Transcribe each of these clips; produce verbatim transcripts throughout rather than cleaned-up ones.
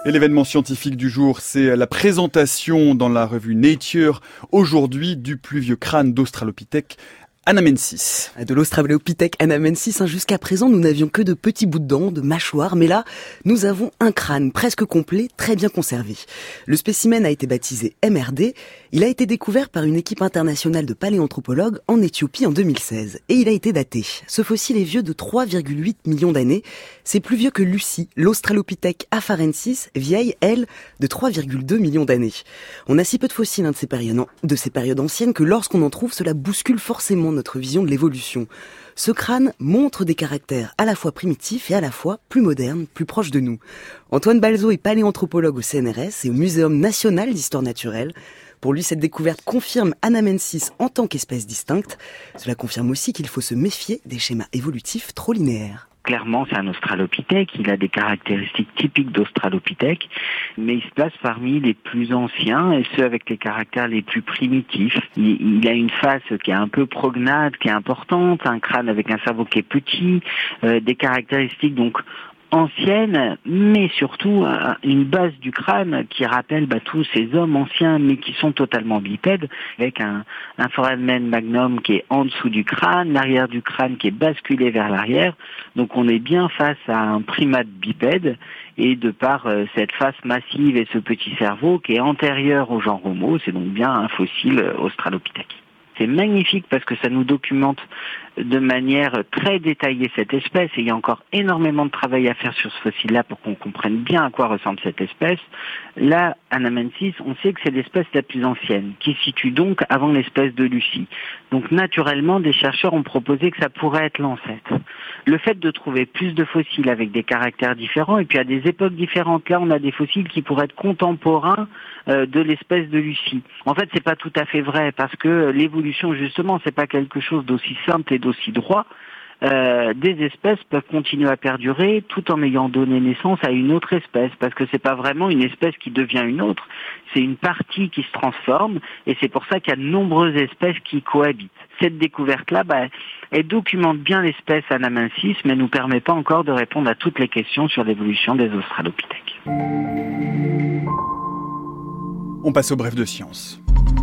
Et l'événement scientifique du jour, c'est la présentation dans la revue Nature, aujourd'hui, du plus vieux crâne d'Australopithèque anamensis. De l'Australopithèque anamensis, hein, jusqu'à présent, nous n'avions que de petits bouts de dents, de mâchoires, mais là, nous avons un crâne presque complet, très bien conservé. Le spécimen a été baptisé M R D. Il a été découvert par une équipe internationale de paléanthropologues en Éthiopie en deux mille seize. Et il a été daté. Ce fossile est vieux de trois virgule huit millions d'années. C'est plus vieux que Lucie, l'Australopithèque afarensis, vieille, elle, de trois virgule deux millions d'années. On a si peu de fossiles hein, de, ces périodes, de ces périodes anciennes que lorsqu'on en trouve, cela bouscule forcément notre vision de l'évolution. Ce crâne montre des caractères à la fois primitifs et à la fois plus modernes, plus proches de nous. Antoine Balzo est paléanthropologue au C N R S et au Muséum national d'histoire naturelle. Pour lui, cette découverte confirme anamensis en tant qu'espèce distincte. Cela confirme aussi qu'il faut se méfier des schémas évolutifs trop linéaires. Clairement, c'est un australopithèque, il a des caractéristiques typiques d'australopithèque, mais il se place parmi les plus anciens et ceux avec les caractères les plus primitifs. Il, il a une face qui est un peu prognate, qui est importante, un crâne avec un cerveau qui est petit, euh, des caractéristiques donc ancienne, mais surtout une base du crâne qui rappelle bah, tous ces hommes anciens, mais qui sont totalement bipèdes, avec un, un foramen magnum qui est en dessous du crâne, l'arrière du crâne qui est basculé vers l'arrière. Donc on est bien face à un primate bipède, et de par euh, cette face massive et ce petit cerveau qui est antérieur au genre Homo, c'est donc bien un fossile australopithèque. C'est magnifique parce que ça nous documente de manière très détaillée cette espèce et il y a encore énormément de travail à faire sur ce fossile-là pour qu'on comprenne bien à quoi ressemble cette espèce. Là, anamensis, on sait que c'est l'espèce la plus ancienne, qui se situe donc avant l'espèce de Lucie. Donc naturellement, des chercheurs ont proposé que ça pourrait être l'ancêtre. Le fait de trouver plus de fossiles avec des caractères différents et puis à des époques différentes, là on a des fossiles qui pourraient être contemporains euh, de l'espèce de Lucie. En fait, c'est pas tout à fait vrai parce que l'évolution justement, c'est pas quelque chose d'aussi simple et d'aussi droit. Euh, des espèces peuvent continuer à perdurer tout en ayant donné naissance à une autre espèce, parce que c'est pas vraiment une espèce qui devient une autre, c'est une partie qui se transforme, et c'est pour ça qu'il y a de nombreuses espèces qui cohabitent. Cette découverte-là, bah, elle documente bien l'espèce anamensis, mais nous permet pas encore de répondre à toutes les questions sur l'évolution des australopithèques. On passe au bref de science.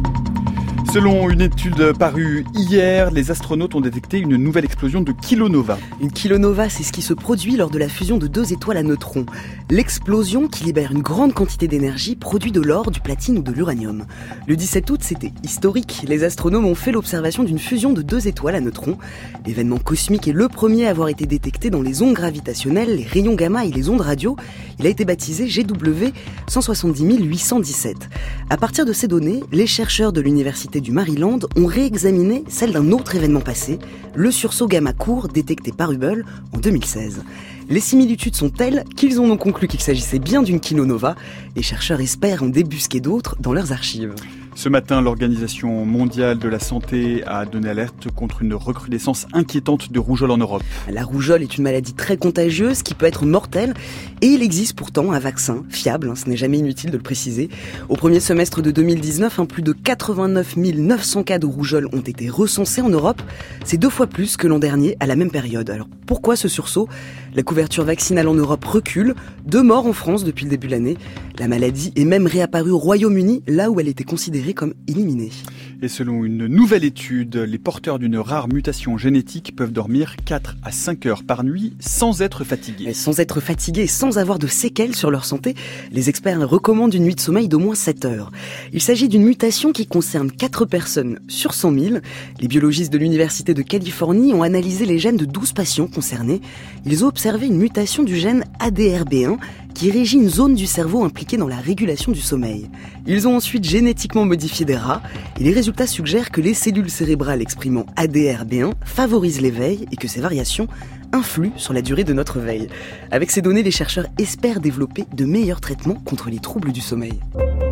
Selon une étude parue hier, les astronautes ont détecté une nouvelle explosion de kilonova. Une kilonova, c'est ce qui se produit lors de la fusion de deux étoiles à neutrons. L'explosion, qui libère une grande quantité d'énergie, produit de l'or, du platine ou de l'uranium. Le dix-sept août, c'était historique. Les astronomes ont fait l'observation d'une fusion de deux étoiles à neutrons. L'événement cosmique est le premier à avoir été détecté dans les ondes gravitationnelles, les rayons gamma et les ondes radio. Il a été baptisé G W cent soixante-dix mille huit cent dix-sept. À partir de ces données, les chercheurs de l'université du Maryland ont réexaminé celle d'un autre événement passé, le sursaut gamma court détecté par Hubble en deux mille seize. Les similitudes sont telles qu'ils ont donc conclu qu'il s'agissait bien d'une kilonova. Les chercheurs espèrent en débusquer d'autres dans leurs archives. Ce matin, l'Organisation mondiale de la santé a donné alerte contre une recrudescence inquiétante de rougeole en Europe. La rougeole est une maladie très contagieuse qui peut être mortelle et il existe pourtant un vaccin fiable, hein, ce n'est jamais inutile de le préciser. Au premier semestre de deux mille dix-neuf, hein, plus de quatre-vingt-neuf mille neuf cents cas de rougeole ont été recensés en Europe. C'est deux fois plus que l'an dernier à la même période. Alors pourquoi ce sursaut ? La couverture vaccinale en Europe recule, deux morts en France depuis le début de l'année. La maladie est même réapparue au Royaume-Uni, là où elle était considérée comme éliminée. Et selon une nouvelle étude, les porteurs d'une rare mutation génétique peuvent dormir quatre à cinq heures par nuit sans être fatigués. Et sans être fatigués et sans avoir de séquelles sur leur santé, les experts recommandent une nuit de sommeil d'au moins sept heures. Il s'agit d'une mutation qui concerne quatre personnes sur cent mille. Les biologistes de l'Université de Californie ont analysé les gènes de douze patients concernés. Ils ont observé une mutation du gène A D R B un qui régit une zone du cerveau impliquée dans la régulation du sommeil. Ils ont ensuite génétiquement modifié des rats et les résultats suggèrent que les cellules cérébrales exprimant A D R B un favorisent l'éveil et que ces variations influent sur la durée de notre veille. Avec ces données, les chercheurs espèrent développer de meilleurs traitements contre les troubles du sommeil.